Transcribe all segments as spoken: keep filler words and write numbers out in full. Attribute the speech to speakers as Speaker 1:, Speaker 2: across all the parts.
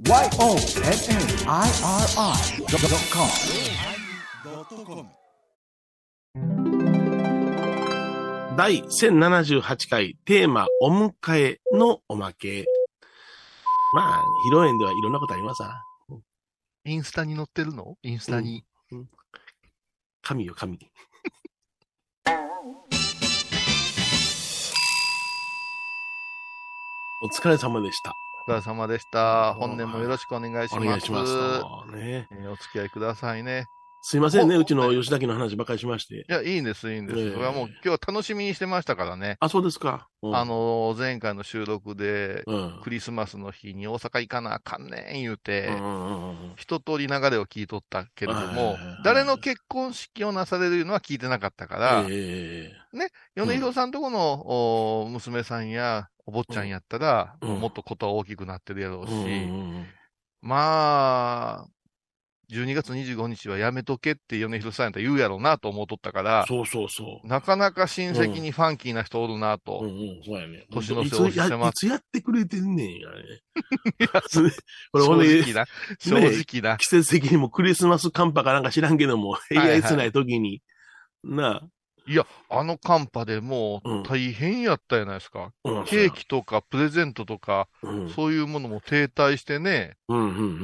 Speaker 1: ワイオーエヌエヌアイアールアイドットコム
Speaker 2: 第せんななじゅうはちかいテーマお迎えのおまけ。まあ、披露宴ではいろんなことありますわ。
Speaker 3: インスタに載ってるのインスタに。
Speaker 2: うんうん、神よ、神。お疲れ様でした。
Speaker 3: お疲れ様でした。本年もよろしくお願いします。
Speaker 2: お願いします。ね
Speaker 3: えー、お付き合いくださいね。
Speaker 2: すいませんね、うちの吉田家の話ばっかりしまして。
Speaker 3: いや、いいんです、いいんです。えー、それはもう今日は楽しみにしてましたからね。
Speaker 2: あ、そうですか。
Speaker 3: うん、あのー、前回の収録で、
Speaker 2: うん、
Speaker 3: クリスマスの日に大阪行かなあかんねん言うて、
Speaker 2: うんうんうん、
Speaker 3: 一通り流れを聞いとったけれども、誰の結婚式をなされるのは聞いてなかったから、えー、ね、米広さんとこの、うん、娘さんやお坊ちゃんやったら、うん、もっとことは大きくなってるやろうし、うん、まあ、じゅうにがつにじゅうごにちはやめとけって米広さんやったら言うやろうなと思っとったから、
Speaker 2: そうそうそう。
Speaker 3: なかなか親戚にファンキーな人おるなと。
Speaker 2: うん、うんうん、そうやね。
Speaker 3: 年の瀬を押し迫って。
Speaker 2: いつやってくれてんねんやね。
Speaker 3: いや、こ
Speaker 2: れ
Speaker 3: 正直な、正直な、
Speaker 2: ね。季節的にもクリスマス寒波かなんか知らんけども、えげつない時に、なあ。
Speaker 3: いや、あの寒波でもう大変やったじゃないですか。うん、ケーキとかプレゼントとか、うん、そういうものも停滞してね。うんうんうんうん、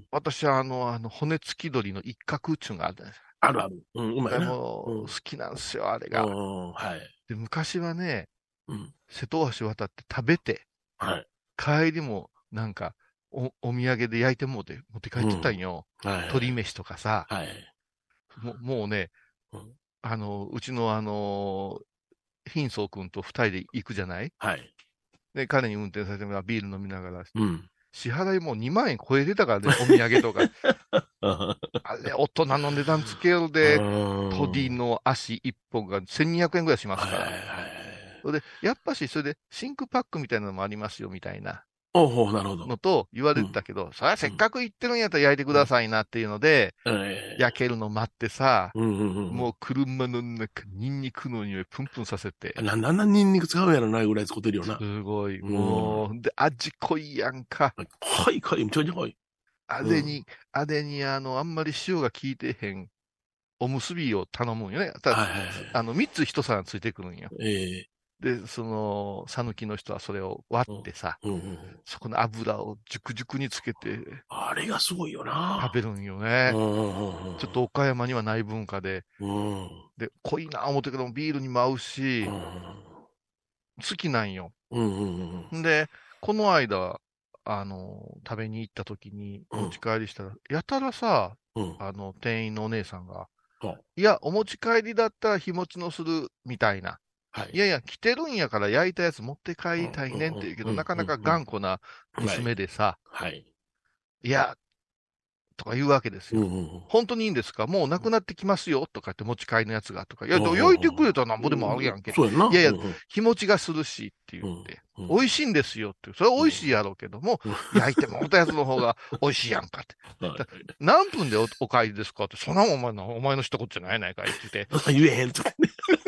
Speaker 3: 私はあの、あの、骨付き鳥の一角っちゅうのがあるじゃないですか。
Speaker 2: あるある。うん、うまいな。
Speaker 3: もう、うん、好きなんですよ、あれが。はい。で、昔はね、うん、瀬戸橋渡って食べて、はい、帰りもなんかお、お土産で焼いてもうて、持って帰ってたんよ。うん、はいはい、鶏飯とかさ。はい、も, もうね、うんあの、うちのあの、貧相君と二人で行くじゃない？はい。で、彼に運転させてもらうビール飲みながら、うん、支払いもうにまんえん超えてたからね、お土産とか。あれ、大人の値段つけようで、鳥の足一本がせんにひゃくえんぐらいしますから。はいはいはい。それで、やっぱし、それで、真空パックみたいなのもありますよ、みたいな。
Speaker 2: おお、なるほど。
Speaker 3: のと言われてたけど、うん、それはせっかく行ってるんやったら焼いてくださいなっていうので、うん、焼けるの待ってさ、うんうんうん、もう車の中、ニンニクの匂いプンプンさせて。
Speaker 2: な、なんなニンニク使うんやろなぐらい使ってるよな。
Speaker 3: すごい、もう、うん、で、味濃いやんか。
Speaker 2: はい、はい、めちゃめちゃ濃い。
Speaker 3: あれに、うん、あれに、あの、あんまり塩が効いてへん、おむすびを頼むんよね。ただ、はいはいはい、あの、三つ一皿ついてくるんよ。えーで、その、さぬきの人はそれを割ってさ、うんうんうん、そこの油を熟々につけて、
Speaker 2: あれがすごいよな。
Speaker 3: 食べるんよね。うんうんうん、ちょっと岡山にはない文化で、うん、で、濃いな思ってけど、ビールにも合うし、うん、好きなんよ。うんうんうん、で、この間、あの、食べに行った時に持ち帰りしたら、うん、やたらさ、うん、あの、店員のお姉さんが、うん、いや、お持ち帰りだったら日持ちのするみたいな。はい、いやいや、来てるんやから焼いたやつ持って帰りたいねんって言うけど、なかなか頑固な娘でさ、はい、いや、とか言うわけですよ。うんうんうん、本当にいいんですか？もうなくなってきますよとかって持ち帰りのやつがとか。いや、焼いてくれたらなんぼでもあるやんけ。うんうん、そうやな。いやいや、うんうん、日持ちがするしって言って、うんうん、美味しいんですよって。それは美味しいやろうけども、うん、焼いてもらったやつの方が美味しいやんかって。何分で お, お帰りですかって、そんなもんお前の、お前の知ったことじゃないやないかいって言って。
Speaker 2: 言えへんとかね。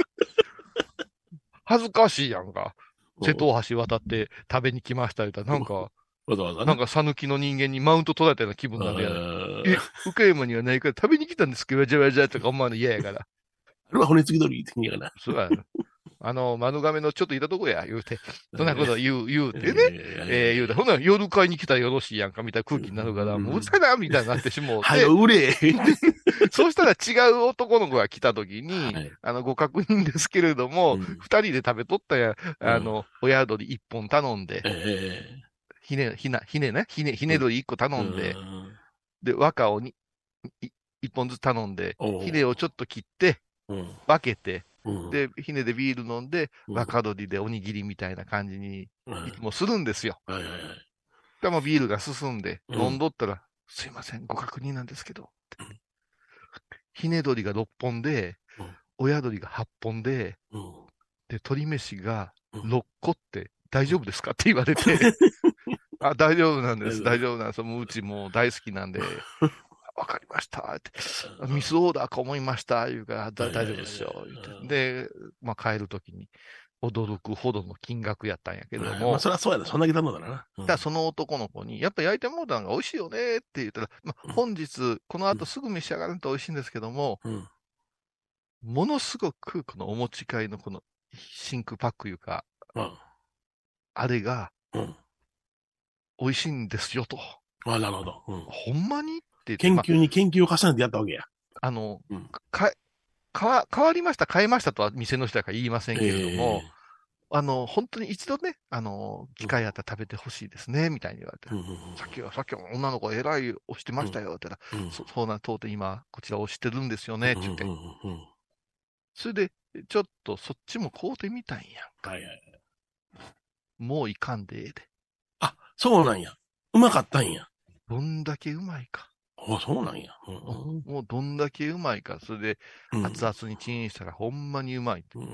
Speaker 3: 恥ずかしいやんか。瀬戸橋渡って食べに来ました言ったら、なんか、わざわざね、なんか、さぬきの人間にマウント取られたような気分なんでやね。え、岡山にはないから食べに来たんですけど、わじゃわじゃとか思うの嫌やから。
Speaker 2: あれは骨付き鳥って言うんやから。
Speaker 3: そうや。あの、丸亀のちょっといたとこや、言うて。そんなこと言う、言うてね。えー、言うて。ほんなら夜買いに来たらよろしいやんか、みたいな空気になるから、もううるさいな、みたいになってしもうて。
Speaker 2: はよ、売れ。
Speaker 3: そうしたら違う男の子が来た時に、はい、あの、ご確認ですけれども、二、うん、人で食べとったや、あの、うん、親鳥一本頼んで、えーひね、ひな、ひねね、ひね、ひね鳥一個頼んで、うん、で、和歌をに、一本ずつ頼んで、ひねをちょっと切って、うん、分けて、うん、で、ひねでビール飲んで、うん、和歌鳥でおにぎりみたいな感じに、いつもするんですよ。うん、はいはいはい。でもビールが進んで、飲んどったら、うん、すいません、ご確認なんですけど、うん、ひね鳥がろっぽんで、うん、親鳥がはっぽんで、うん、で、鶏飯がろっこって大丈夫ですかって言われて、あ、大丈夫なんです。大丈夫なんです。もううちもう大好きなんで、わかりました。ってミスオーダーか思いました。言うから、大丈夫ですよ。言ってで、まあ帰るときに、 驚くほどの金額やったんやけども。
Speaker 2: まあ、そりゃそうやな。そんだけ頼んだな。
Speaker 3: うん、だその男の子に、やっぱ焼いてもうたのが美味しいよねって言ったら、まあ、本日、この後すぐ召し上がると美味しいんですけども、うん、ものすごくこのお持ち帰りのこの真空パックいうか、うん、あれが、美味しいんですよと。
Speaker 2: あ、なるほど。
Speaker 3: うん、ほんまにって
Speaker 2: 研究に研究を重ねてやったわけや。
Speaker 3: あの、うん、か、かわ、変わりました、変えましたとは店の人は言いませんけれども、えー、あの、本当に一度ね、あの、機会あったら食べてほしいですね、うん、みたいに言われて、うん、さっきは、さっきは女の子偉い押してましたよ、って言ったら、うん、そそうな、当店今、こちら押してるんですよね、って言って。それで、ちょっとそっちも買うてみたんやんか。はいはい。もういかんでええで。
Speaker 2: あ、そうなんや。うまかったんや。
Speaker 3: どんだけうまいか。
Speaker 2: あ、そうなんや。
Speaker 3: うんうん、もうどんだけうまいか。それで、熱々にチンしたらほんまにうまい。うん、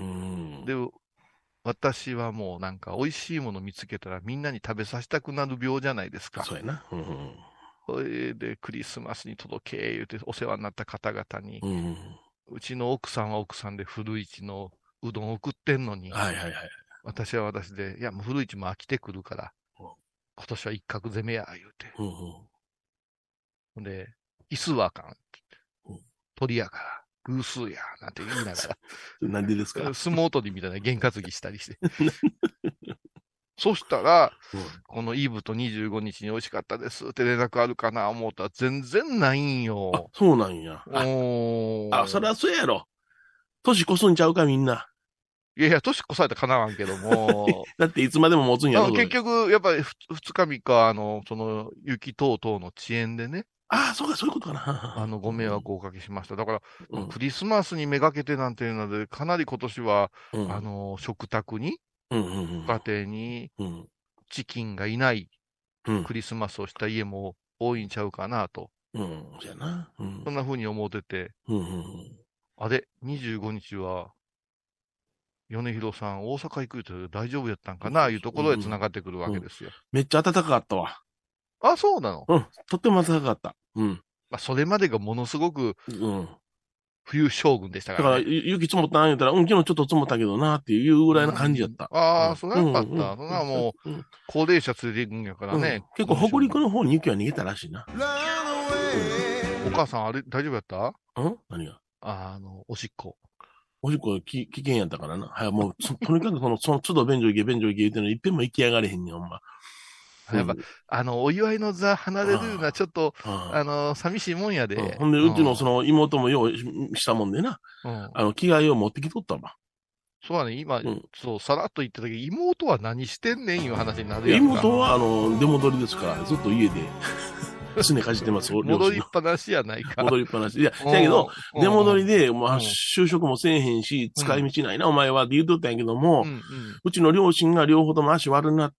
Speaker 3: で、私はもうなんか美味しいもの見つけたらみんなに食べさせたくなる病じゃないですか。
Speaker 2: そうやな。うん、
Speaker 3: それでクリスマスに届け言うてお世話になった方々に、うん、うちの奥さんは奥さんで古市のうどんを送ってんのに、はいはいはい、私は私で、いやもう古市も飽きてくるから、うん、今年は一角攻めや、言うて。うんうん、で、椅子はあかんって言って、うん、鳥やから、偶数や、なんて言いながら。
Speaker 2: なんでですか？
Speaker 3: 相撲取りみたいな験担ぎしたりして。そしたら、うん、このイブとにじゅうごにちに美味しかったですって連絡あるかな思ったら全然ないんよ。
Speaker 2: あ、そうなんや。あ、あ、そりゃそうやろ。年越すんちゃうか、みんな。
Speaker 3: いやいや、年越されたらかなわんけども。
Speaker 2: だっていつまでも持つんやろ。
Speaker 3: 結局、やっぱりふつかみっか、あの、その、雪等々の遅延でね。
Speaker 2: ああ、そうか、そういうことかな。
Speaker 3: あの、ご迷惑をおかけしました。だから、うん、クリスマスにめがけてなんていうので、かなり今年は、うん、あの、食卓に、うんうんうん、家庭に、チキンがいないクリスマスをした家も多いんちゃうかなと。
Speaker 2: うん、そうやな。
Speaker 3: うん、そんな風に思ってて、うんうんうん、あれ、にじゅうごにちは、米広さん、大阪行くと大丈夫やったんかな、いうところへ繋がってくるわけですよ。
Speaker 2: うんうん、めっちゃ暖かかったわ。
Speaker 3: あ、そうなの？
Speaker 2: うん、とっても暖かかった。うん。
Speaker 3: まあ、それまでがものすごく、うん。冬将軍でしたから、
Speaker 2: ね。だから、雪積もったん言ったら、うん、昨日ちょっと積もったけどな、っていうぐらいの感じやった。
Speaker 3: うん、ああ、それはよかった。そんなもう、高齢者連れて行くんやからね。
Speaker 2: 結構北陸の方に雪は逃げたらしいな。
Speaker 3: お母さん、あれ、大丈夫やった？
Speaker 2: うん何が？
Speaker 3: あの、おしっこ。
Speaker 2: おしっこ危険やったからな。はい、もう、とにかくその、その都度便所行け、便所行け言うてのいっぺんも行きやがれへんねん、ほんま。
Speaker 3: やっぱ、うん、あの、お祝いの座離れるのはちょっと、あ, あの、寂しいもんやで。
Speaker 2: うん、ほんで、うちのその妹も用意したもんでな。うん、あの、着替えを持ってきとったわ。
Speaker 3: そうだね、今、うん、そう、さらっと言った時、妹は何してんねんいう話になるやんか。
Speaker 2: 妹は、あの、出戻りですから、ずっと家で。常かじってます、
Speaker 3: 戻りっぱなしやないか。
Speaker 2: 戻りっぱなし。いや、だけど、出戻りで、まあ、就職もせえへんし、使い道ないな、お前はって言うとったんやけども、うんうん、うちの両親が両方とも足悪くなって、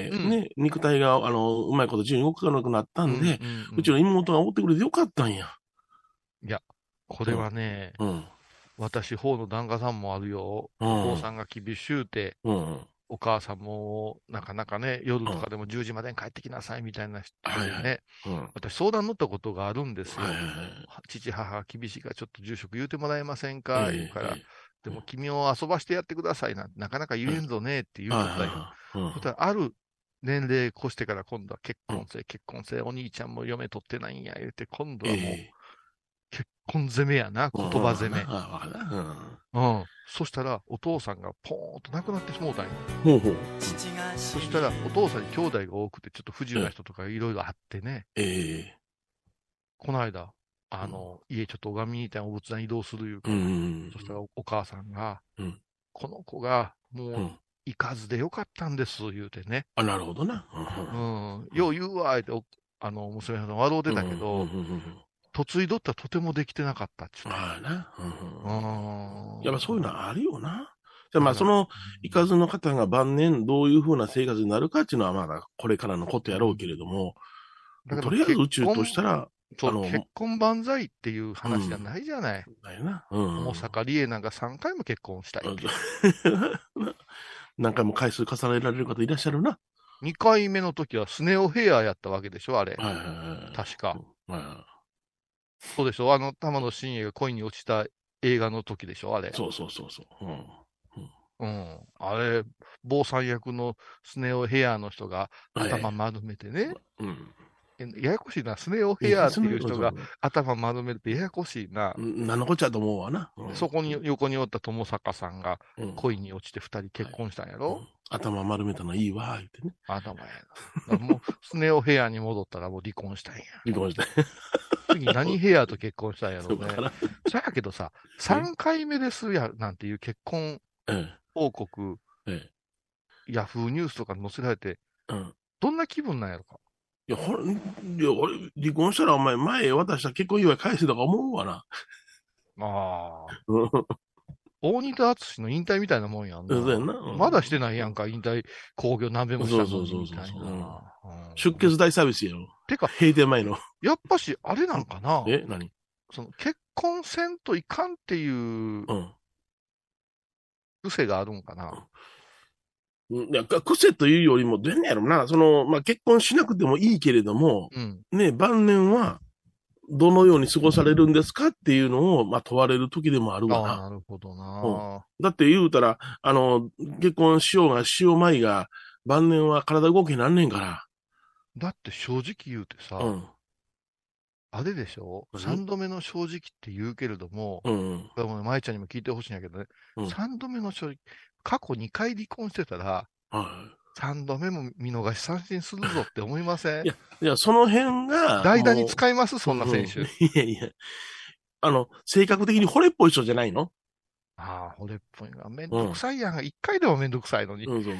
Speaker 2: うん、ね、肉体が、あの、うまいこと自由に動かなくなったんで、うんうんうん、うちの妹がおってくれてよかったんや。
Speaker 3: いや、これはね、うん、私、方の檀家さんもあるよ。うん、お父さんが厳しゅうて、うんお母さんも、なかなかね、夜とかでもじゅうじまでに帰ってきなさいみたいな人でね、はいはいうん、私相談乗ったことがあるんですよ。はいはいはい、父、母が厳しいからちょっと住職言うてもらえませんか、言うから、はいはい、でも君を遊ばしてやってくださいなんてなかなか言えんぞねって言うとったよ。そしたらある年齢越してから今度は結婚生、結婚生、お兄ちゃんも嫁取ってないんや言うて、今度はもう、えー結婚攻めやな、言葉攻め。うん。そしたら、お父さんがポーンと亡くなってしもうたんよ。ほうほう。そしたら、お父さんに兄弟が多くて、ちょっと不自由な人とかいろいろあってね。ええ。この間、あの、うん、家ちょっと拝みに行ったお仏壇移動するいうから、うん、そしたらお母さんが、うん、この子が、もう、行かずでよかったんです、言うてね。
Speaker 2: あ、なるほどな。
Speaker 3: うん。よう言うわ、って、あの、娘さん笑うてたけど、嫁いどったらとてもできてなかったっちゅう。ああな。
Speaker 2: うん。やっぱそういうのあるよな。じゃあまあその、いかずの方が晩年どういうふうな生活になるかっていうのはまだこれからのことやろうけれども、とりあえず宇宙としたら、
Speaker 3: あの結婚万歳っていう話じゃないじゃない。だよな。うん。大阪理恵なんかさんかいも結婚したい。
Speaker 2: 何回も回数重ねられる方いらっしゃるな。
Speaker 3: にかいめの時はスネオヘアやったわけでしょ、あれ。はいはいはい。確か。はいはい。そうでしょあの、玉野真也が恋に落ちた映画の時でしょあれ。
Speaker 2: そうそうそうそう。うん。うん、
Speaker 3: うん。あれ、坊さん役のスネ夫ヘアの人が頭丸めてね。うん。ややこしいな。スネ夫ヘアっていう人が頭丸めるってややこしいな。
Speaker 2: 何のこっちゃと思うわな。
Speaker 3: うん、そこに横におった友坂さんが恋に落ちて二人結婚したんやろ、はいうん、
Speaker 2: 頭丸めたのいいわ、言ってね。
Speaker 3: 頭やな。もう、スネ夫ヘアに戻ったらもう離婚したんや。
Speaker 2: 離婚した。
Speaker 3: 次何ヘアと結婚したんやろうね。そやけどさ、さんかいめですや、なんていう結婚報告、ええ、ヤフーニュースとか載せられて、うん、どんな気分なんやろか。
Speaker 2: いや、ほら、いや、俺、離婚したらお前、前渡した結婚祝い返せとか思うわな。あ
Speaker 3: あ。大仁田敦の引退みたいなもんやんな。そうやな、うん。まだしてないやんか、引退、興行何べもしたのにみたいな。
Speaker 2: 出血大サービスやろ。てか、閉店前の。
Speaker 3: やっぱし、あれなんかな。
Speaker 2: え、何
Speaker 3: その、結婚せんといかんっていう、うん、癖があるんかな。
Speaker 2: うん、いや、癖というよりも、どうやねやろな。その、まあ、結婚しなくてもいいけれども、うん、ね、晩年は、どのように過ごされるんですかっていうのを、まあ、問われる時でもあるわな。
Speaker 3: ああ、なるほどな、
Speaker 2: うん。だって言うたら、あの、結婚しようがしようまいが、晩年は体動けなんねんから。
Speaker 3: だって正直言うてさ、うん、あれでしょ、うん、さんどめの正直って言うけれども、うんうん、舞ちゃんにも聞いてほしいんやけどね、うん、さんどめの正直、過去にかい離婚してたら、はい、さんどめも見逃し三振するぞって思いません
Speaker 2: いや、いや、その辺が。
Speaker 3: 代打に使いますそんな選手、うん。
Speaker 2: いやいや。あの、性格的に惚れっぽい人じゃないの？
Speaker 3: ああ、惚れっぽいな。めんどくさいやん。一、うん、回でもめんどくさいのに。
Speaker 2: うんそううん、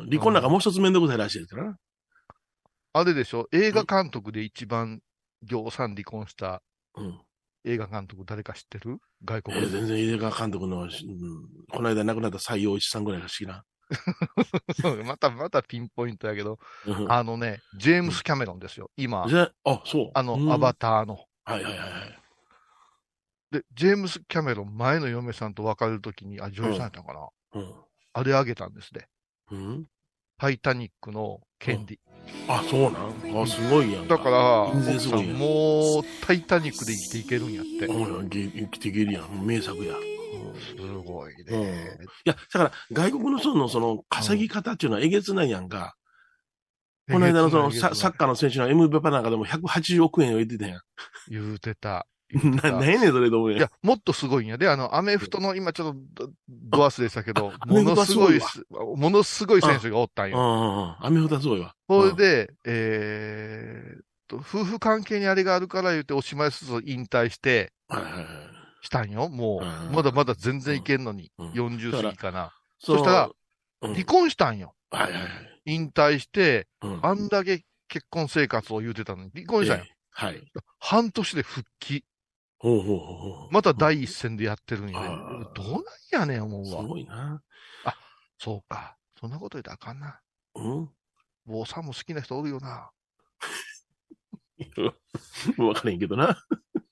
Speaker 2: 離婚なんかもう一つめんどくさいらしいですからな。
Speaker 3: あれでしょ、映画監督で一番行さん離婚した映画監督誰か知ってる？外国で、
Speaker 2: えー。全然映画監督の、うん、この間亡くなった西洋一さんぐらいが好きな。
Speaker 3: また、またピンポイントやけど、あのね、ジェームス・キャメロンですよ、今。
Speaker 2: あ、そう。
Speaker 3: あの、アバターの。
Speaker 2: はいはいはいはい。
Speaker 3: で、ジェームス・キャメロン、前の嫁さんと別れるときに、あ、女優さんやったのかな、うんうん、あれあげたんですね。うん、タイタニックの権利。
Speaker 2: うん、あ、そうなんあ、すごいやん
Speaker 3: だから、奥さん、もう、タイタニックで生きていけるんやって。
Speaker 2: うん、生きていけるやん。名作や。
Speaker 3: すごいね、
Speaker 2: うん。いや、だから、外国の人のその、稼ぎ方っていうのはえげつないやんか。うん、この間のそのサ、サッカーの選手の エムブイピー なんかでもひゃくはちじゅうおくえんを言ってたやん。
Speaker 3: 言うてた。
Speaker 2: な、なんやねん、それと思うやん。
Speaker 3: いや、もっとすごいんやで、あの、アメフトの、今ちょっと、ドアスでしたけど、ものすごい、ものすごい選手がおったんよ。
Speaker 2: アメフトはすごいわ。
Speaker 3: それで、えーっと、夫婦関係にあれがあるから言って、おしまいすると引退して、したんよ。もう、まだまだ全然いけんのに、よんじゅう過ぎかな。そしたら、離婚したんよ。引退して、あんだけ結婚生活を言うてたのに、離婚したんよ。はい。半年で復帰。ほうほうほうまた第一線でやってるんやね。どうなんやねん、思うわ。
Speaker 2: すごいな。
Speaker 3: あ、そうか。そんなこと言ったらあかんな。うん坊さんも好きな人おるよな。
Speaker 2: わからへんけどな。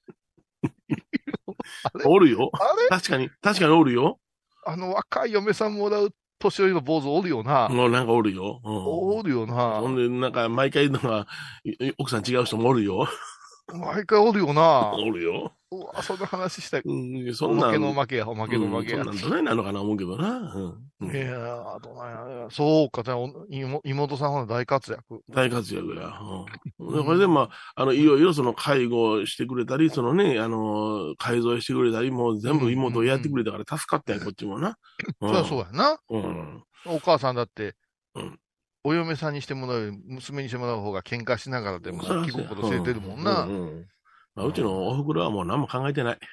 Speaker 2: おるよ。あれ確かに、確かにおるよ。
Speaker 3: あの若い嫁さんもらう年寄りの坊主おるよな。
Speaker 2: もうなんかおるよ。
Speaker 3: うん、おるよな。
Speaker 2: ほんで、なんか毎回のが、奥さん違う人もおるよ。
Speaker 3: 毎回おるよな。
Speaker 2: おるよ。
Speaker 3: うわ、そんな話したい。
Speaker 2: うん、そんな。
Speaker 3: おまけのおまけや、おまけのおまけや。
Speaker 2: うん、そんなんどないなのかな思うけどな。
Speaker 3: うん、いやー、どないや。そうか、じゃあ、妹さんは大活躍。
Speaker 2: 大活躍や。うん、これで、まあ、あの、いろいろその介護してくれたり、そのね、あの、改造してくれたり、もう全部妹をやってくれたから助かったんや、こっちもな。
Speaker 3: うん、そりゃそうやな。うん。お母さんだって、うん。お嫁さんにしてもらうより、娘にしてもらう方が喧嘩しながらでも、気心知れてるもんな。うんうん
Speaker 2: まあ、うちのお袋はもう何も考えてない。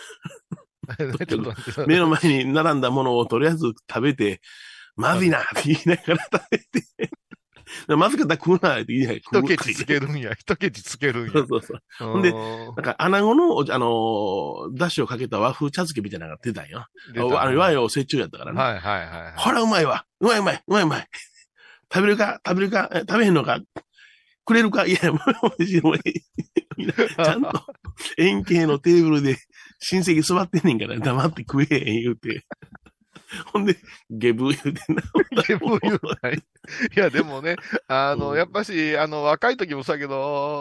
Speaker 2: 目の前に並んだものをとりあえず食べて、まずいなって言いながら食べて、まずかったら食うなって言いながら
Speaker 3: 食う。一ケチつけるんや。一ケチつけるんや。
Speaker 2: そうそうそう。ほんで、なんか、穴子の、あのー、だしをかけた和風茶漬けみたいなのが出たんよ。あの、和洋折衷やったからね。
Speaker 3: はいはいはい、はい。
Speaker 2: ほら、うまいわ。うまいうまい。うまいうまい。食べるか食べるか食べへんのかくれるかいや、もう、もう、ちゃんと、円形のテーブルで親戚座ってんねんから黙って食えへん言うて。ほんで、ゲブ言うてんな。
Speaker 3: ゲブ言うない。いや、でもね、あの、うん、やっぱし、あの、若い時もそうやけど、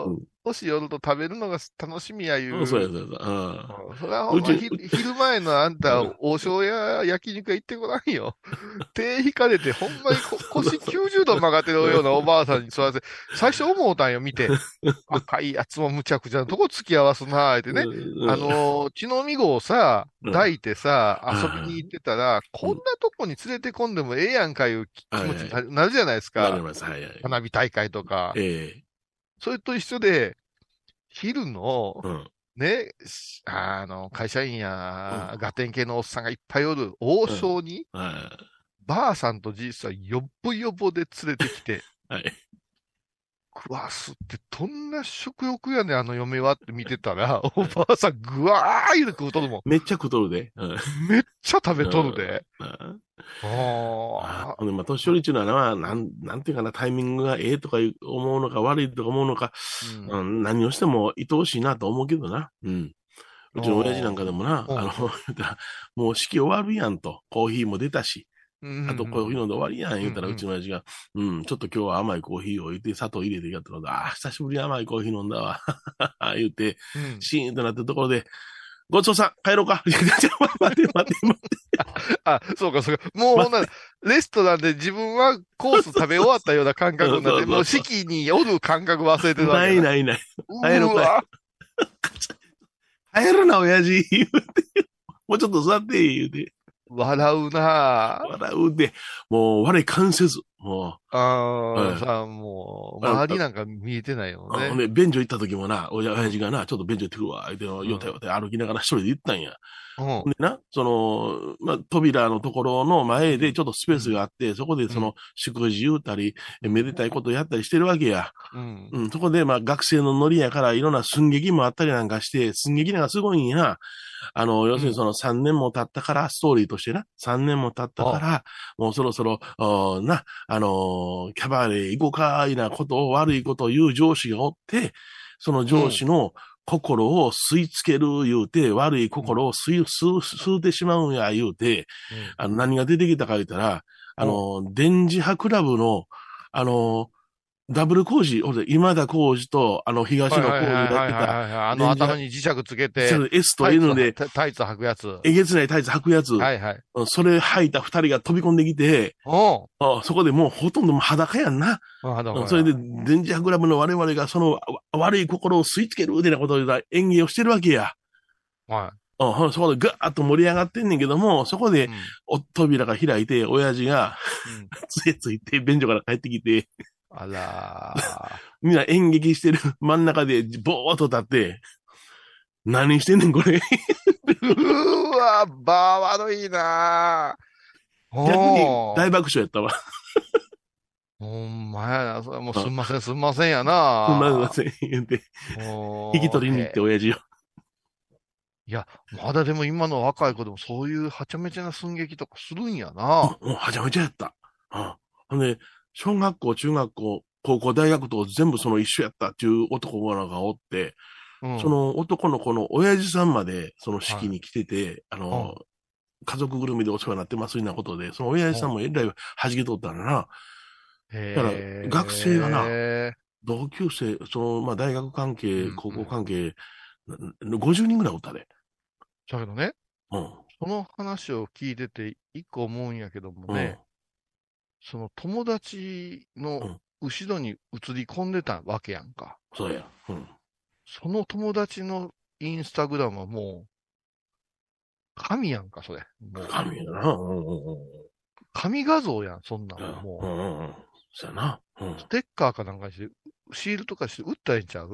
Speaker 3: 年寄ると食べるのが楽しみやいう。
Speaker 2: うん、そうや、そうや、そうや。
Speaker 3: うん。それはほんま、昼前のあんた、王将や焼肉屋行ってごらんよ。手引かれて、ほんまに腰きゅうじゅうど曲がってるようなおばあさんに座らせて、最初思うたんよ、見て。若いやつもむちゃくちゃなとこ付き合わすなーってね。うん、あのー、血のみごをさ、抱いてさ、うん、遊びに行ってたら、うん、こんなとこに連れてこんでもええやんかいう気持ちになるじゃないですか。
Speaker 2: なります、はいはい。
Speaker 3: 花火大会とか。ええ。それと一緒で、昼の、うん、ね、あの、会社員や、うん、ガテン系のおっさんがいっぱいおる王将に、うん、はい、ばあさんとじいさんよっぼよぼで連れてきて、はい、食わすってどんな食欲やねん、あの嫁はって見てたら、おばあさんぐわー言うて食うとるもん。
Speaker 2: めっちゃ食うとるで。
Speaker 3: うん、めっちゃ食べとるで。うんうん
Speaker 2: ああ。まあ、年寄りっていうのはな、なん、なんていうかな、タイミングがええとか思うのか悪いとか思うのか、うんうん、何をしても愛おしいなと思うけどな。うん。うちの親父なんかでもな、あの、もう式終わるやんと、コーヒーも出たし、あとコーヒー飲んで終わりやん言うたら、うちの親父が、うん、ちょっと今日は甘いコーヒーを置いて砂糖入れてやったら、ああ、久しぶりに甘いコーヒー飲んだわ、言うて、うん、シーンとなったところで、ごちそうさん、帰ろうか。待て待て待て。
Speaker 3: あ、そうかそうか。もうほんなら、レストランで自分はコース食べ終わったような感覚になって、もう式におる感覚忘れてるわ
Speaker 2: けだ。ないないない。帰ろうか。帰るな、親父。言うて。もうちょっと座って、言うて。
Speaker 3: 笑うなぁ。
Speaker 2: 笑うで、もう、我関せず。も
Speaker 3: う。ああ、はい、さあ、もう、周りなんか見えてないよね。
Speaker 2: ほんで、便所行った時もな、親父がな、ちょっと便所行ってくるわ、言うて、よたよた歩きながら一人で行ったんや。うん、でな、その、まあ、扉のところの前でちょっとスペースがあって、うん、そこでその、祝辞言うたり、うん、めでたいことやったりしてるわけや。うん。うん、そこで、まあ、学生のノリやから、いろんな寸劇もあったりなんかして、寸劇なんかすごいんや。あの、要するにそのさんねんも経ったから、ストーリーとしてな、さんねんも経ったから、もうそろそろ、な、あの、キャバレー行こうか、いなことを、悪いことを言う上司がおって、その上司の心を吸い付ける言うて、うん、悪い心を吸い、吸う、吸うてしまうんや言うて、うん、あの、何が出てきたか言ったら、あの、電磁波クラブの、あの、ダブル工事、今田工事と、あの、東野工事がやってた。
Speaker 3: あの頭に磁石つけて。
Speaker 2: S と N で。
Speaker 3: タイツ履くやつ。
Speaker 2: えげつないタイツ履くやつ。
Speaker 3: はいはい。
Speaker 2: それ履いた二人が飛び込んできて、おそこでもうほとんど裸やんな。裸それで、電磁波クラブの我々がその悪い心を吸い付けるみたいなことで演技をしてるわけや。はい。うん、そこでガーッと盛り上がってんねんけども、そこで、お扉が開いて、親父が、うん、杖ついて、便所から帰ってきて、
Speaker 3: あらー。
Speaker 2: みんな演劇してる真ん中でぼーっと立って、何してんねん、これ。
Speaker 3: うーわ、ばー悪いな
Speaker 2: ー。逆に大爆笑やったわ。
Speaker 3: ほんまやな、それもうすんません、すんませんやな
Speaker 2: すんません、言うて。引き取りに行って、親父を。
Speaker 3: いや、まだでも今の若い子でもそういうはちゃめちゃな寸劇とかするんやな。
Speaker 2: うん、はちゃめちゃやった。うん。ほんで、小学校、中学校、高校、大学と全部その一緒やったっていう男の子がおって、うん、その男の子の親父さんまでその式に来てて、はい、あの、うん、家族ぐるみでお世話になってますようなことで、その親父さんもえらい弾けとったらな。だから、学生がな、同級生、その、まあ、大学関係、高校関係、うんうん、ごじゅうにんぐらいおったで。
Speaker 3: だけどね、うん、その話を聞いてて一個思うんやけどもね、うん、その友達の後ろに映り込んでたわけやんか。
Speaker 2: うん、そうや。うん。
Speaker 3: その友達のインスタグラムはもう、神やんか、それ。もう
Speaker 2: 神やな。うんうんうん、
Speaker 3: 神画像やん、そんなのもう。うんうんうん、
Speaker 2: そうやな。
Speaker 3: うん、ステッカーかなんかにして、シールとかして売ったらいいんちゃう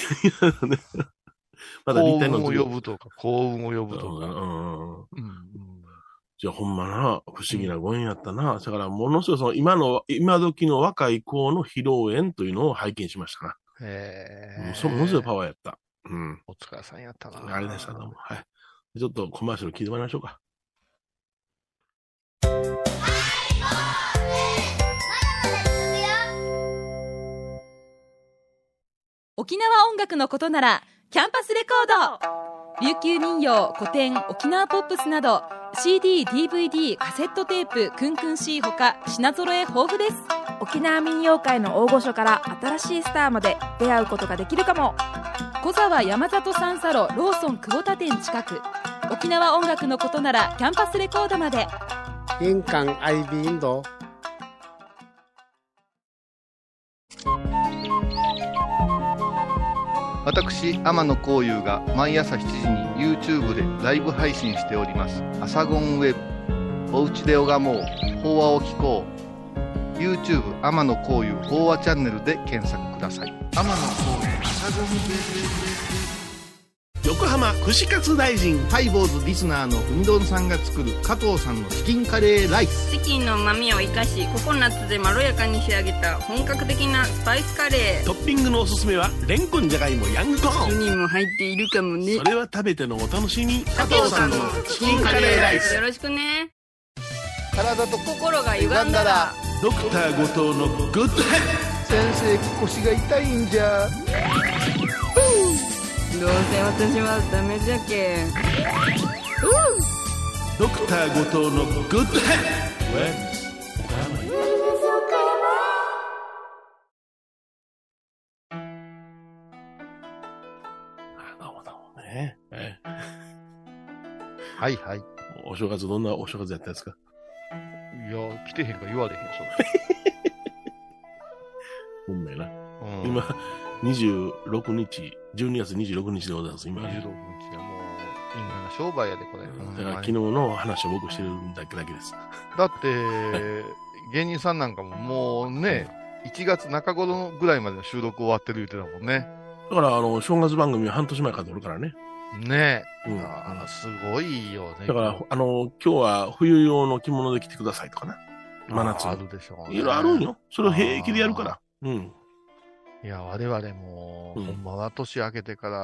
Speaker 3: まだ幸運を呼ぶとか、幸運を呼ぶとか。うんうんうん
Speaker 2: じゃあほんまな、不思議なご縁やったな。だからものすごいその今の、今時の若い子の披露宴というのを拝見しましたな。へぇー。そものすごいパワーやった。うん。
Speaker 3: お疲れさんやったな。
Speaker 2: あれでした、どうも。はい。ちょっとコマーシャル聞いてもらいましょうか。
Speaker 4: 沖縄音楽のことならキャンパスレコード。琉球民謡、古典、沖縄ポップスなど シーディー、ディーブイディー、カセットテープ、クンクン C ほか品揃え豊富です。
Speaker 5: 沖縄民謡界の大御所から新しいスターまで出会うことができるかも。小沢山里三佐路ローソン久保田店近く。沖縄音楽のことならキャンパスレコードまで。
Speaker 6: 印港 アイビー インド。
Speaker 3: 私天野幸雄が毎朝しちじに YouTube でライブ配信しておりますアサゴンウェブ。おうちで拝もう法話を聞こう。 YouTube 天野幸雄法話チャンネルで検索ください。天野幸雄アサゴンウェブ。
Speaker 2: 横浜串カツ大臣
Speaker 3: ハイボーズリスナーのうみどんさんが作る加藤さんのチキンカレーライス。
Speaker 7: チキンの旨味を生かしココナッツでまろやかに仕上げた本格的なスパイスカレー。
Speaker 2: トッピングのおすすめはレンコンじゃがいもヤングコーン。
Speaker 7: にも入っているかもね。
Speaker 2: それは食べてのお楽しみ。
Speaker 7: 加藤さんのチキンカレーライスよろしくね。
Speaker 3: 体と
Speaker 7: 心が歪んだら
Speaker 2: ドクター後藤のグッドヘッド。
Speaker 3: 先生腰が痛いんじゃ。
Speaker 7: どうせ私はダメじゃけ。
Speaker 2: ドクター後藤のグッドヘッド。ねえ
Speaker 3: はいはい。
Speaker 2: お正月どんなお正月やったんですか？
Speaker 3: いや来てへんか言われへんそれ。
Speaker 2: 運命な、
Speaker 3: うん、
Speaker 2: 今にじゅうろくにちじゅうにがつにじゅうろくにちでございます。今
Speaker 3: にじゅうろくにちはもう因果な商売やでこれ。
Speaker 2: だから昨日の話を僕してるだけだけです。
Speaker 3: だって芸人さんなんかももうねいちがつなか頃ぐらいまでの収録終わってる言ってたもんね。
Speaker 2: だからあの正月番組は半年前から撮るからね。
Speaker 3: ねえ、
Speaker 2: うん、
Speaker 3: あすごいよね。
Speaker 2: だからあの今日は冬用の着物で着てくださいとかな。真夏
Speaker 3: あるでしょうね。
Speaker 2: いろいろあるんよ。それを平気でやるから。うん。
Speaker 3: いや我々も、うん、ほんまは年明けてから、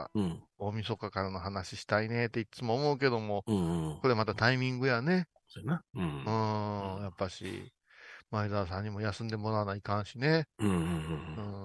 Speaker 3: うん、大晦日からの話したいねっていつも思うけども、うんうん、これまたタイミングやね。
Speaker 2: そうやな。うん。
Speaker 3: うん、やっぱし前澤さんにも休んでもらわないかんしね。
Speaker 2: うんうんうんうん、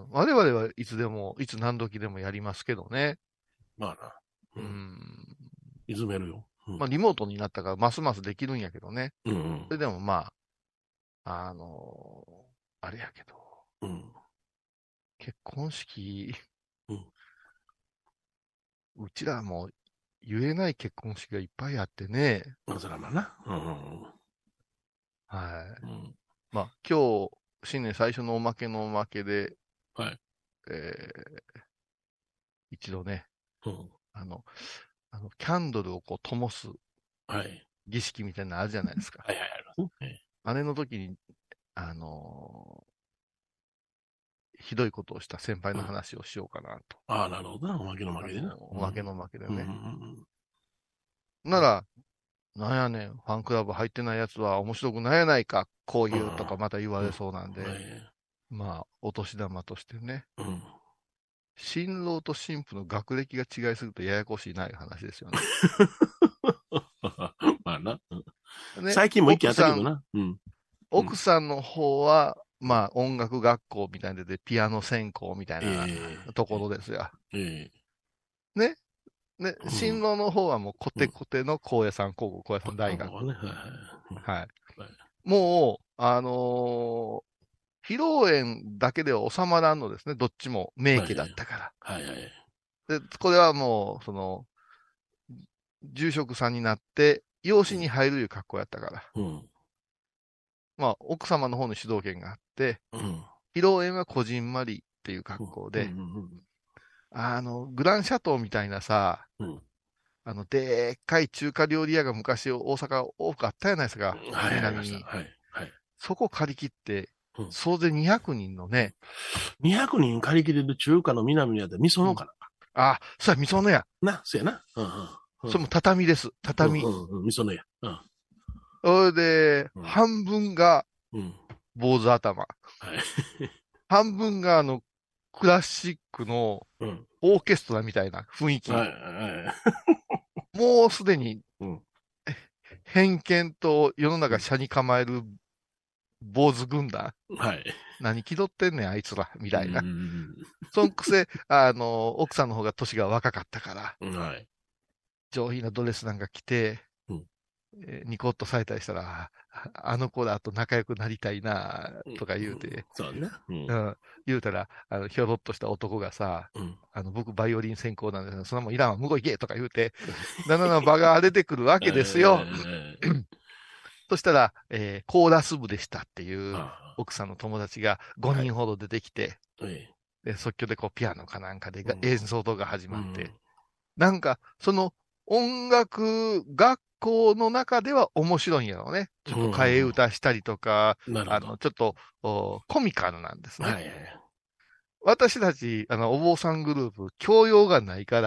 Speaker 3: 我々はいつでもいつ何時でもやりますけどね。
Speaker 2: まあな。うん。いずめるよ。
Speaker 3: うん、まあリモートになったからますますできるんやけどね。
Speaker 2: うんうん、
Speaker 3: それでもまああのー、あれやけど。うん、結婚式、うん、うちらも言えない結婚式がいっぱいあってね。
Speaker 2: まあそらまあな。うんうん、
Speaker 3: はい。うん、まあ今日新年最初のおまけのおまけで、
Speaker 2: はい。
Speaker 3: えー、一度ね、
Speaker 2: うん、
Speaker 3: あの、あの、キャンドルをこう灯す、
Speaker 2: はい。
Speaker 3: 儀式みたいなのあるじゃないですか。
Speaker 2: はいはいはい。
Speaker 3: あれの時に、あのー、ひどいことをした先輩の話をしようかなと。
Speaker 2: うん、ああ、なるほどな。おまけのまけでな。
Speaker 3: おまけのまけでね。
Speaker 2: うんうんうん
Speaker 3: うん、なら、なんやねん、ファンクラブ入ってないやつは面白くないやないか、こういうとかまた言われそうなんで、うんうん、まあ、お年玉としてね。
Speaker 2: うん
Speaker 3: 新郎と新婦の学歴が違いするとややこしいない話ですよね。
Speaker 2: まあな、ね。最近も一件あったけどな。
Speaker 3: うん、奥さんの方は、まあ音楽学校みたいなでピアノ専攻みたいなところですよ。
Speaker 2: えーえ
Speaker 3: ー、ね。ね、うん、新郎の方はもうコテコテの高野山高校、高野山大学。
Speaker 2: うんね、
Speaker 3: はい。はい。もう、あのー、披露宴だけでは収まらんのですね。どっちも名家だったから。
Speaker 2: はいはい。
Speaker 3: で、これはもう、その、住職さんになって、養子に入るいう格好やったから。
Speaker 2: うん。
Speaker 3: まあ、奥様の方の主導権があって、
Speaker 2: うん、
Speaker 3: 披露宴はこじんまりっていう格好で、うんうんうん、あの、グランシャトーみたいなさ、うん、あの、でっかい中華料理屋が昔大阪多くあったじゃないですか。
Speaker 2: はい、
Speaker 3: 南に。
Speaker 2: はい、はい。
Speaker 3: そこ借り切って、うん、総勢にひゃくにんのね。
Speaker 2: にひゃくにん借り切れる中華の南にあったら味噌のかな、
Speaker 3: うん、あ、そうや、味噌のや。
Speaker 2: な、そうやな。うんうんうん、
Speaker 3: それも畳です。畳。
Speaker 2: うんうんうん、味噌のや。うん。
Speaker 3: それで、うん、半分が、坊主頭。
Speaker 2: うん、はい。
Speaker 3: 半分が、あの、クラシックの、オーケストラみたいな雰囲気。
Speaker 2: はいはいはい、
Speaker 3: もうすでに、
Speaker 2: うん、
Speaker 3: 偏見と世の中車に構える坊主軍団。
Speaker 2: はい。
Speaker 3: 何気取ってんねん、あいつら、みたいな。そのくせ、あの、奥さんの方が年が若かったから、
Speaker 2: はい。
Speaker 3: 上品なドレスなんか着て、
Speaker 2: うん、
Speaker 3: えー、ニコッとされたりしたら、あの子らと仲良くなりたいな、とか言うて、うん、
Speaker 2: そうね。うん。
Speaker 3: うん、言うたら、あの、ひょろっとした男がさ、うん、あの、僕、バイオリン専攻なんですけど、そんなもんいらんわ、向こう行けとか言うて、だんだん場が出てくるわけですよ。そしたら、えー、コーラス部でしたっていう奥さんの友達がごにんほど出てきて、はい、で即興でこうピアノかなんかで、うん、演奏とか始まって、うん、なんか、その音楽学校の中では面白いんやろうね。ちょっと替え歌したりとか、うん、あの、ちょっとコミカルなんですね。はいはいはい、私たち、あの、お坊さんグループ、教養がないから、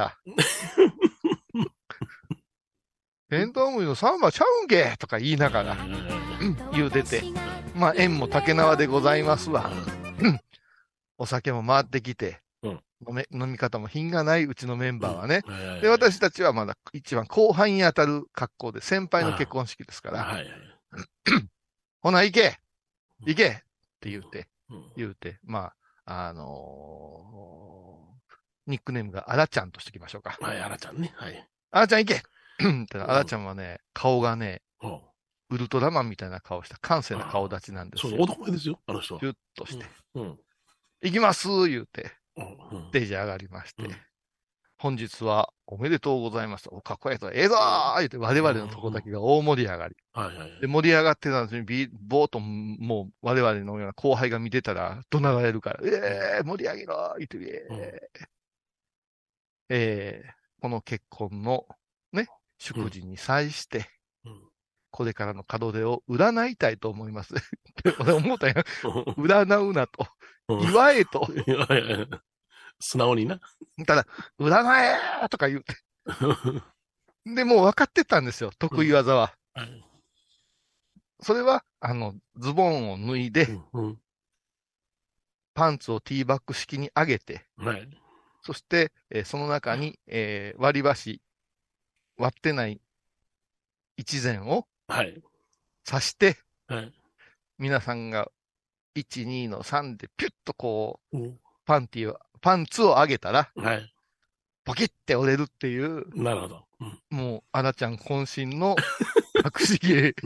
Speaker 3: テントウムリのサンバちゃうんけとか言いながら、言うてて、まあ、縁も竹縄でございますわ。お酒も回ってきて、うん、飲め飲み方も品がないうちのメンバーはね。うん、で、私たちはまだ一番後輩に当たる格好で、先輩の結婚式ですから、はいはい、ほな、行け行けって言うて、言うて、まあ、あのー、ニックネームがアラちゃんとしておきましょうか。
Speaker 2: はい、アラちゃんね。はい。
Speaker 3: アラちゃん行けアラちゃんはね、顔がね、うん、ウルトラマンみたいな顔した、閑静な顔立ちなんですよ。
Speaker 2: そう、男ですよ、あの人は。
Speaker 3: シュッとして。
Speaker 2: うんうん、
Speaker 3: 行きます言うて、ステージ上がりまして、うん、本日はおめでとうございます。お、かっこいいと、ええぞー言うて、我々のとこだけが大盛り上がり。はいはい、で、盛り上がってたんですに、ぼーっともう我々のような後輩が見てたら、怒鳴られるから、ええー、盛り上げろ言って、えーうんえー、この結婚のね、祝辞に際して、うんうん、これからの門出を占いたいと思います。俺思ったんや。占うなと。祝えと。
Speaker 2: 素直にな。
Speaker 3: ただ、占えとか言うて。で、もう分かってたんですよ、得意技は。うんはい、それは、あの、ズボンを脱いで、うんうん、パンツをティーバッグ式に上げて、はい、そして、えー、その中に、えー、割り箸、割ってない一膳を刺して、はい、皆さんがいち、にのさんでピュッとこう、うん、パンティを、パンツを上げたら、はい、ポキッて折れるっていう、
Speaker 2: なるほど。
Speaker 3: うん、もう、あらちゃん渾身の隠し芸。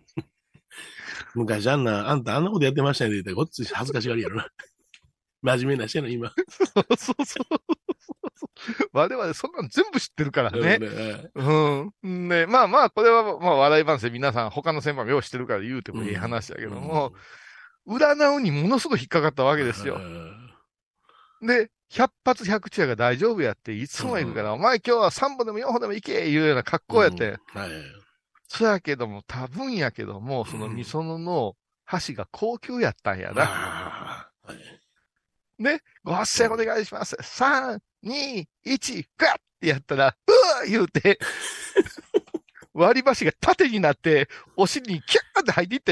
Speaker 2: 昔あんな、あんたあんなことやってましたねって言って、こっち恥ずかしがりやろな。真面目な人やの、今。
Speaker 3: そうそうそう。我々そんなの全部知ってるからね。うん。ね、まあまあ、これはまあ笑い話で皆さん他の先輩もよう知ってるから言うてもいい話だけども、うん、占うにものすごい引っかかったわけですよ。で、百発百中が大丈夫やって、いつも行くから、うん、お前今日はさんぼんでもよんほんでも行けいうような格好やって。うんはい、そやけども、多分やけども、そのみそのの箸が高級やったんやな。うんはいね、ご発声お願いします。さん、に、いち、ガッってやったら、うー言うて、割り箸が縦になって、お尻にキャーって入っていって。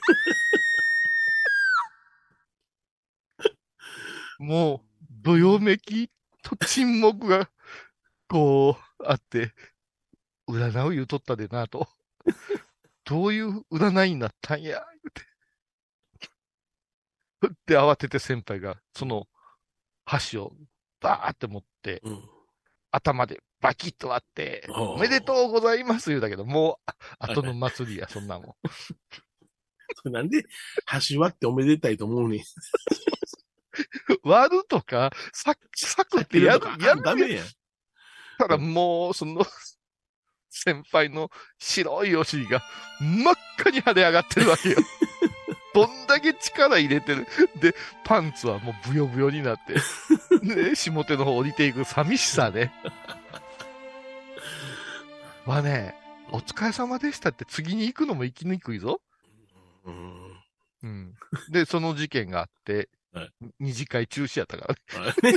Speaker 3: もう、どよめきと沈黙が、こう、あって、占う言うとったでなと。どういう占いになったんや、言うて。ふって慌てて先輩が、その箸をバーって持って、うん、頭でバキッと割って、おめでとうございます言うだけど、もう、後の祭りや、そんなも
Speaker 2: ん。なんで、箸割っておめでたいと思うねん。
Speaker 3: 割るとか、サク、サクってやる、
Speaker 2: やる。ダメやん。
Speaker 3: ただもう、その、先輩の白いお尻が真っ赤に腫れ上がってるわけよ。どんだけ力入れてる。で、パンツはもうブヨブヨになって、で、下手の方降りていく寂しさね。まあね、お疲れ様でしたって次に行くのも行きにくいぞ。うん。うん。で、その事件があって、はい、二次会中止やったからね。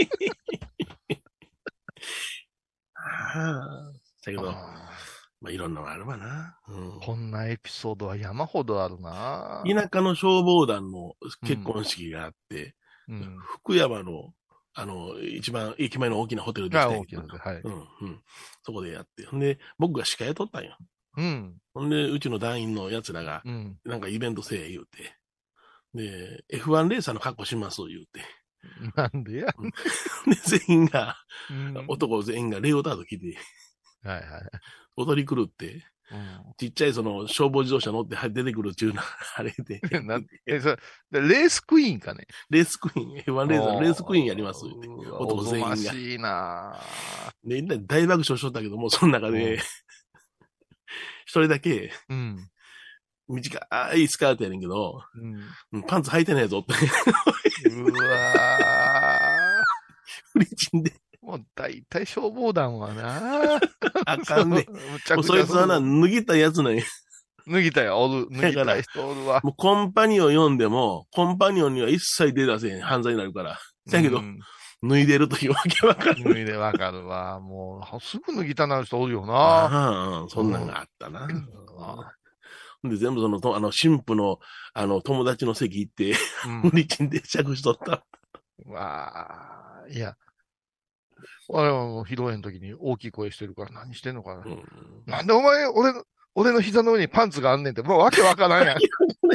Speaker 2: ああ。だけど、まあ、いろんなのあるわな、
Speaker 3: うん。こんなエピソードは山ほどあるな。
Speaker 2: 田舎の消防団の結婚式があって、うん、福山の、あの、一番駅前の大きなホテルでしたけど、はい、うんうん。そこでやって。ほんで、僕が司会を取ったんよ。うん。ほんで、うちの団員の奴らが、うん、なんかイベントせえ言うて。で、エフワン レーサーの格好します言うて。
Speaker 3: なんでや、
Speaker 2: うん、で、全員が、うん、男全員がレオタード着て、はいはい。踊り狂って、 ちっちゃいその消防自動車乗って出てくるっていうな、あれで。
Speaker 3: なえそれレースクイーンかね。
Speaker 2: レースクイーン、エーワンレースのレースクイーンやりますって。
Speaker 3: 男全員が。おぞましいな
Speaker 2: ぁ。で、大爆笑しとったけども、その中で、一人だけ、うん、短いスカートやねんけど、うん、パンツ履いてないぞって。うわぁ。フリチンで。
Speaker 3: もう大体消防団はな
Speaker 2: あかんね。もうそいつはな、脱ぎたいやつなんや。
Speaker 3: 脱ぎたい、おる、脱ぎたい人おるわ。
Speaker 2: もうコンパニオン読んでも、コンパニオンには一切手出せへん。犯罪になるから。だけど、うん、脱いでるというわけわかる。
Speaker 3: 脱いでわかるわ。もう、すぐ脱ぎたなる人おるよな。
Speaker 2: ああ、そんなんがあったな。うん、で、全部その、あの、神父の、あの、友達の席行って、フリチンで着しとった。
Speaker 3: わあ、いや。我々も披露宴の時に大きい声してるから何してんのかな。うん、なんでお前、俺の、俺の膝の上にパンツがあんねんって、もうわけわからんやん。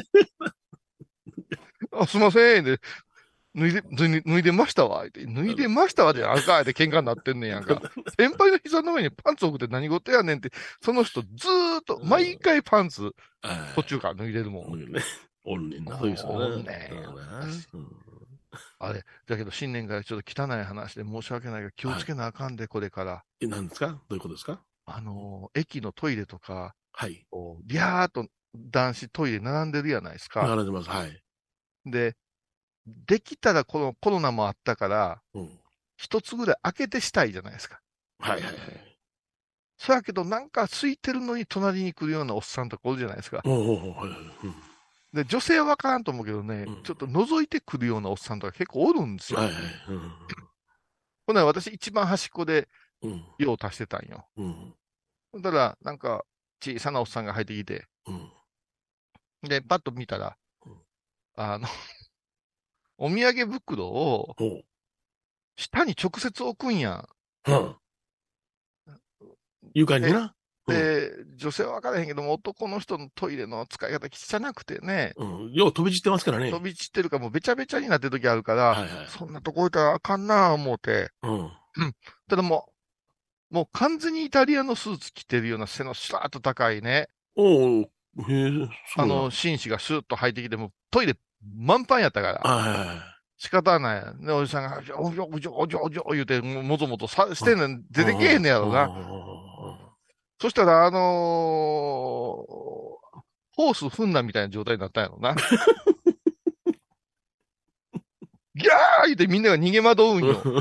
Speaker 3: あ、すいません。で、脱いで、脱いで、脱いでましたわ。脱いでましたわで、あかんって喧嘩になってんねんやんか。先輩の膝の上にパンツ置くって何事やねんって、その人ずーっと、毎回パンツ、途中から脱いでるもん。
Speaker 2: おんねんな、そういう人ね。おんね
Speaker 3: ん。あれ、だけど新年からちょっと汚い話で申し訳ないが気をつけなあかんで、はい、これから。
Speaker 2: え、何ですか？どういうことですか？
Speaker 3: あの、駅のトイレとか、
Speaker 2: はい。
Speaker 3: ビャーっと男子トイレ並んでるやないですか。
Speaker 2: 並んでます、はい。
Speaker 3: で、できたらこのコロナもあったから、うん、一つぐらい開けてしたいじゃないですか。
Speaker 2: はいはいはい。
Speaker 3: そうやけどなんか空いてるのに隣に来るようなおっさんとかおるじゃないですか。
Speaker 2: おうおうおう、はいはい。うん、
Speaker 3: で、女性は分からんと思うけどね、うん、ちょっと覗いてくるようなおっさんとか結構おるんですよ。はいはい。うん、ほな、私一番端っこで用を足してたんよ。うん。だから、なんか、小さなおっさんが入ってきて、うん、で、パッと見たら、うん、あの、お土産袋を、下に直接置くんやん。うん。
Speaker 2: 床にな。
Speaker 3: で、うん、女性は分からへんけども、男の人のトイレの使い方汚くてね。
Speaker 2: うん。よう飛び散ってますからね。
Speaker 3: 飛び散ってるからもうべちゃべちゃになってる時あるから、はいはい、そんなとこ置いたらあかんなぁ思うて。うん。うん。ただもう、もう完全にイタリアのスーツ着てるような背のシュラーっと高いね。
Speaker 2: おう、へえ、
Speaker 3: あの、紳士がシューッと入ってきても、トイレ満帆やったから。はいはいはい。仕方ない。で、おじさんが、おじょ、おじょ、おじょ、おじょ、言うて、もぞもぞさしてんねん、出てけへんねやろな。そしたら、あのー、ホース踏んだみたいな状態になったんやろな。ギャー言うてみんなが逃げ惑うんよ。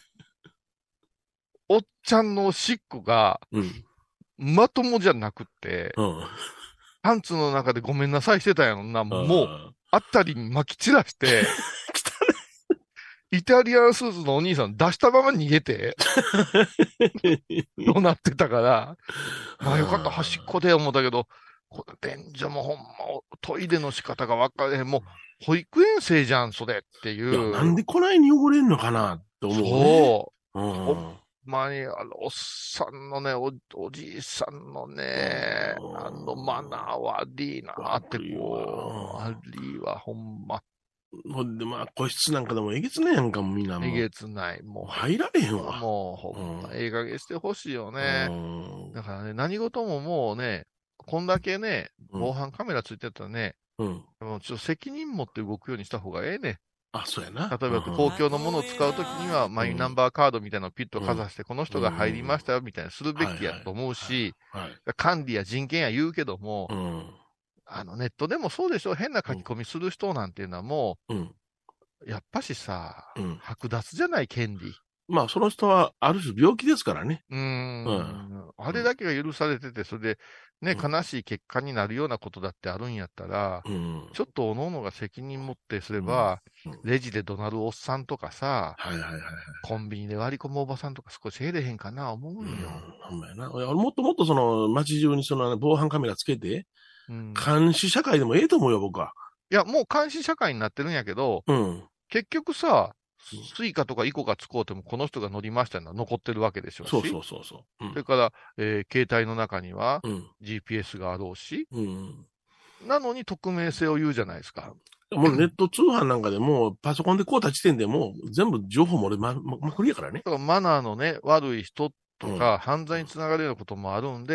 Speaker 3: おっちゃんのしっこが、うん、まともじゃなくて、うん、パンツの中でごめんなさいしてたんやろな。もう、あったりに巻き散らして、イタリアンスーツのお兄さん出したまま逃げて、どうなってたから、まあよかった、端っこで思ったけど、この便所もほんま、トイレの仕方が分かれへん。もう、保育園生じゃん、それっていう。
Speaker 2: いや、なんでこないに汚れんのかなって思う、ね。
Speaker 3: そう。うん、ほんまに、あの、おっさんのね、お、おじいさんのね、あの、マナー悪いなってこう、悪いわ、ほんま。
Speaker 2: ほんで、まあ、個室なんかでもえげつないやんか、もうみんなも。
Speaker 3: えげつない。も
Speaker 2: う。入られへんわ。
Speaker 3: もう、ほんま、ええ加減してほしいよね。だからね、何事ももうね、こんだけね、防犯カメラついてたらね、うん。もうちょっと責任持って動くようにした方がええね。
Speaker 2: あ、そうやな。
Speaker 3: 例えば、公共のものを使うときには、マイナンバーカードみたいなのをピッとかざして、この人が入りましたよ、みたいなするべきやと思うし、管理や人権や言うけども、あの、ネットでもそうでしょ、変な書き込みする人なんていうのはもう、やっぱしさ、剥奪じゃない権利。
Speaker 2: まあ、その人は、ある種病気ですからね。
Speaker 3: うーん。あれだけが許されてて、それで、ね、悲しい結果になるようなことだってあるんやったら、ちょっと各々が責任持ってすれば、レジで怒鳴るおっさんとかさ、コンビニで割り込むおばさんとか少し減れへんかな、思うんよ。
Speaker 2: ほんまやな。もっともっとその、街中にその、防犯カメラつけて、監視社会でもええと思うよ、僕は。
Speaker 3: いや、もう監視社会になってるんやけど、うん、結局さ、スイカとかイコが使うてもこの人が乗りましたのは残ってるわけでしょうし。
Speaker 2: そうそうそうそう。
Speaker 3: うん、それから、えー、携帯の中には ジーピーエス があろうし、うん、なのに匿名性を言うじゃないですか。
Speaker 2: もうネット通販なんかでも、パソコンでこうた時点でもう全部情報漏れま、まくりやからね。
Speaker 3: だからマナーのね、悪い人とか、犯罪につながるようなこともあるんで、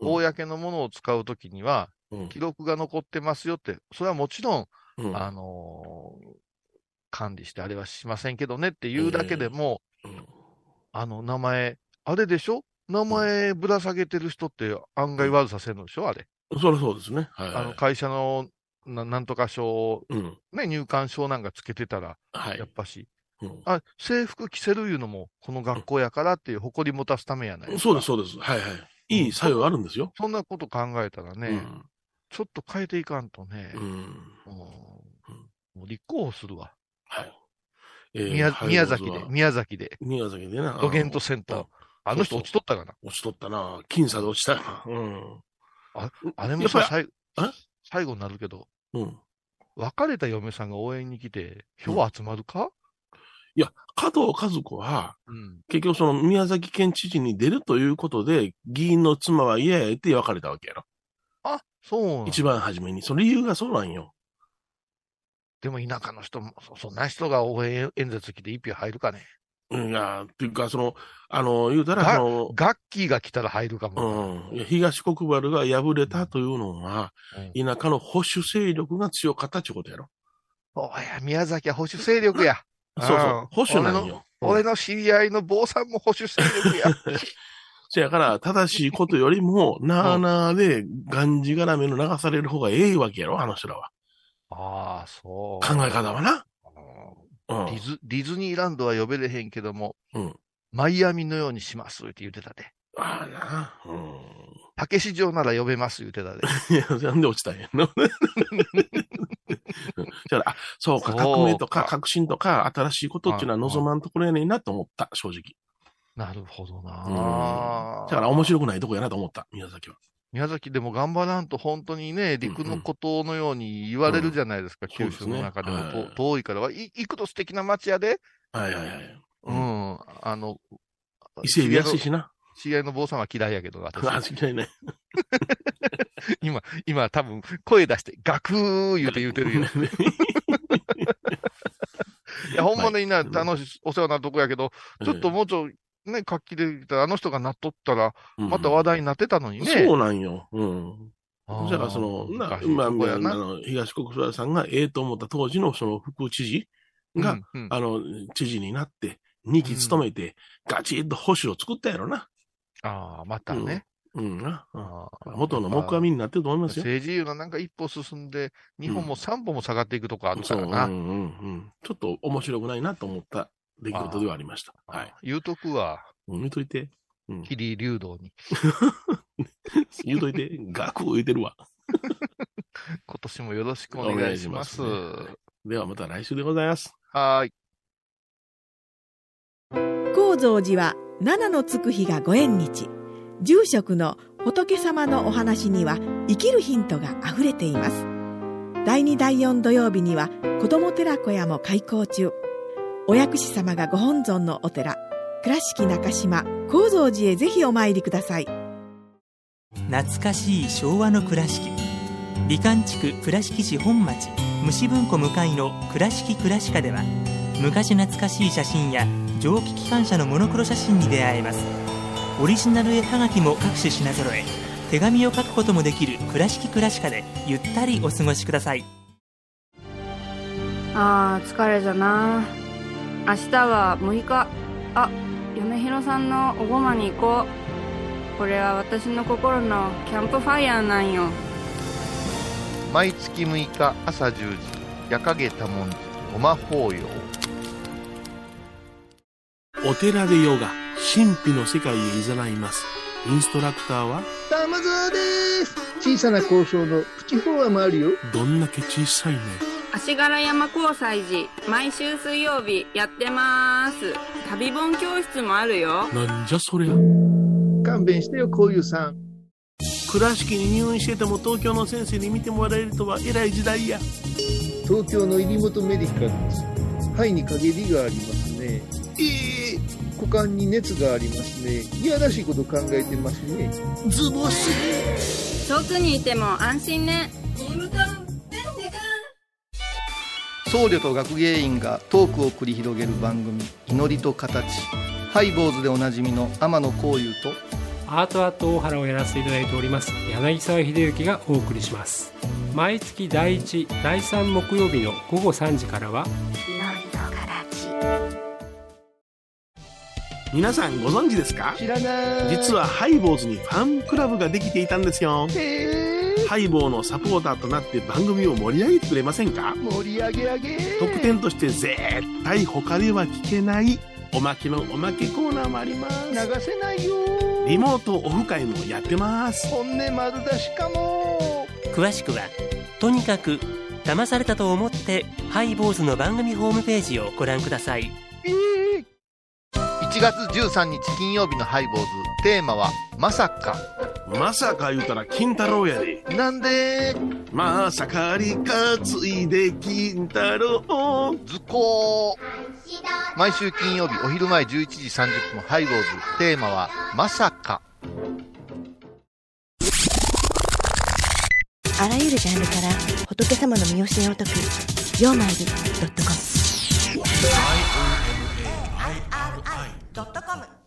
Speaker 3: 公のものを使うときには、
Speaker 2: うん、
Speaker 3: 記録が残ってますよって、それはもちろん、
Speaker 2: うん、
Speaker 3: あのー、管理してあれはしませんけどねっていうだけでも、
Speaker 2: うんうん、
Speaker 3: あの、名前、あれでしょ名前ぶら下げてる人って案外悪させるのでしょあれ。
Speaker 2: そりゃそうですね。はいはい、
Speaker 3: あの会社のな, なんとか証、
Speaker 2: うん、
Speaker 3: ね、入管証なんかつけてたら、
Speaker 2: はい、
Speaker 3: やっぱし、
Speaker 2: うん、
Speaker 3: あ、制服着せるいうのも、この学校やからっていう誇り持たすためやないですか。
Speaker 2: そうです、そうです。はいはい。いい作用あるんですよ。
Speaker 3: そんなこと考えたらね、うん、ちょっと変えていかんとね、うん、もう立候補するわ。
Speaker 2: はい。
Speaker 3: えー、宮, 宮崎で、宮崎で。
Speaker 2: 宮崎でな。
Speaker 3: ドゲントセンター。あの人落ちとったかな。
Speaker 2: 落ちとったな。僅差で落ちたな。うん。
Speaker 3: あ, あれもさ、最最後になるけど、うん。別れた嫁さんが応援に来て、票集まるか、うん、
Speaker 2: いや、加藤和子は、うん、結局その宮崎県知事に出るということで、議員の妻は嫌やって別れたわけやろ。
Speaker 3: あ、そうなん。
Speaker 2: 一番初めに。その理由がそうなんよ。
Speaker 3: でも田舎の人も、そんな人が応援演説来て一票入るかね。
Speaker 2: いや、っていうか、その、あの、言うたら、その、
Speaker 3: ガッキーが来たら入るか
Speaker 2: も。うん。東国原が敗れたというのは、うん、田舎の保守勢力が強かったってことやろ。
Speaker 3: おや、宮崎は保守勢力や。
Speaker 2: そうそう。保守なんよ。
Speaker 3: 俺の、俺の知り合いの坊さんも保守勢力や。
Speaker 2: そやから、正しいことよりも、なあなあで、がんじがらめの流される方がええわけやろ、あの人らは。
Speaker 3: ああ、そう。
Speaker 2: 考え方はな。
Speaker 3: うん、ディズ、ディズニーランドは呼べれへんけども、
Speaker 2: うん、
Speaker 3: マイアミのようにしますって言ってたで。
Speaker 2: ああな。うん。
Speaker 3: たけし城なら呼べます言ってたで。
Speaker 2: いや、なんで落ちたんやの。あ、そうか、革命とか革新とか新しいことっていうのは望まんところやねんなと思った、正直。
Speaker 3: なるほどな。
Speaker 2: うん。だから面白くないとこやなと思った、宮崎は。
Speaker 3: 宮崎でも頑張らんと本当にね、陸の孤島のように言われるじゃないですか、うんうん、九州の中でも、ね、はい、遠いからは。い行くと素敵な街やで。
Speaker 2: はいはいはい。
Speaker 3: うん。あの、
Speaker 2: 伊勢海老安いしな。
Speaker 3: 知り合いの坊さんは嫌いやけど、
Speaker 2: 私。あ、嫌いね。
Speaker 3: 今、今多分声出して、ガクー言うて言うてるよ。いや、ほんまね、みんな楽しい、お世話になるとこやけど、ちょっともうちょい、ね、活気できたら、あの人がなっとったら、また話題になってたのにね。
Speaker 2: うん、そうなんよ。うん。じゃあ、その、な、今、あの、東国原さんがええと思った当時のその副知事が、うんうん、あの、知事になって、にき務めて、うん、ガチッと保守を作ったやろな。
Speaker 3: ああ、またね。
Speaker 2: うん、うん、な。あ元の木阿弥になってると思いますよ。
Speaker 3: 政治有のなんか一歩進んで、日本も三歩も下がっていくとこあるからな。
Speaker 2: うん、うん、うん。ちょっと面白くないなと思った出来事ではありました。はい。
Speaker 3: 言うとくわ。
Speaker 2: うん、言うといて。
Speaker 3: うん。桐流動に。
Speaker 2: 言うといて、ガク言うてるわ。
Speaker 3: 今年もよろしくお願いします。
Speaker 2: ね、ではまた来週でございます。
Speaker 3: はい。
Speaker 8: 高蔵寺は七のつく日がご縁日。住職の仏様のお話には生きるヒントがあふれています。だいにだいよん土曜日には子ども寺小屋も開校中。お薬師様がご本尊のお寺、倉敷中島・高蔵寺へぜひお参りください。
Speaker 9: 懐かしい昭和の倉敷。美観地区倉敷市本町虫文庫向かいの倉敷倉歯科では、昔懐かしい写真や蒸気機関車のモノクロ写真に出会えます。オリジナル絵はがきも各種品揃え、手紙を書くこともできる倉敷倉歯科でゆったりお過ごしください。
Speaker 7: あー疲れじゃな。明日はむいか。あ、嫁ひろさんのおごまに行こう。これは私の心のキャンプファイヤーなんよ。
Speaker 3: 毎月むいか朝じゅうじ、夜影多文字ごま法要。
Speaker 2: お寺でヨガ、神秘の世界へ誘います。インストラクターは
Speaker 10: 玉沢です。小さな交渉のプチフォアもあるよ。
Speaker 2: どんだけ小さいね。
Speaker 7: 足柄山交際時、毎週水曜日やってます。旅本教室もあるよ。
Speaker 2: なんじゃそりゃ。
Speaker 10: 勘弁してよ、こういうさん。
Speaker 2: 倉敷に入院してても東京の先生に見てもらえるとは偉い時代や。
Speaker 10: 東京の入本メディカルです。肺に陰りがありますね。ええー、股間に熱がありますね。いやらしいこと考えてますね。
Speaker 2: ズボス。
Speaker 7: 遠くにいても安心ね。
Speaker 11: 僧侶と学芸員がトークを繰り広げる番組、祈りと形。ハイボーズでおなじみの天野幸雄と
Speaker 12: アートアート大原をやらせていただいております柳沢秀幸がお送りします。毎月だいいち、だいさん木曜日のごごさんじからは
Speaker 2: 皆さんご存知ですか？
Speaker 10: 知らない。
Speaker 2: 実はハイボーズにファンクラブができていたんですよ。
Speaker 10: へー。
Speaker 2: ハイボーのサポーターとなって番組を盛り上げてくれませんか？
Speaker 10: 盛り上げ上げ。
Speaker 2: 特典として絶対他では聞けないおまけのおまけコーナーもあります。
Speaker 10: 流せないよ。
Speaker 2: リモートオフ会もやってます。
Speaker 10: 本音丸出しかも。
Speaker 9: 詳しくはとにかく騙されたと思ってハイボーズの番組ホームページをご覧ください。
Speaker 10: えー、
Speaker 3: いちがつじゅうさんにち金曜日のハイボーズ、テーマはまさか。
Speaker 2: まさか言うたら金太郎やで。
Speaker 3: なんで
Speaker 2: まさかりかついで金太郎
Speaker 3: 図工。毎週金曜日お昼前じゅういちじさんじゅっぷんハイボーズ、テーマはまさか。
Speaker 13: あらゆるジャンルから仏様の身教えを解く曜マイルドットコム。 アイオーエムエーアイアールアイドットコム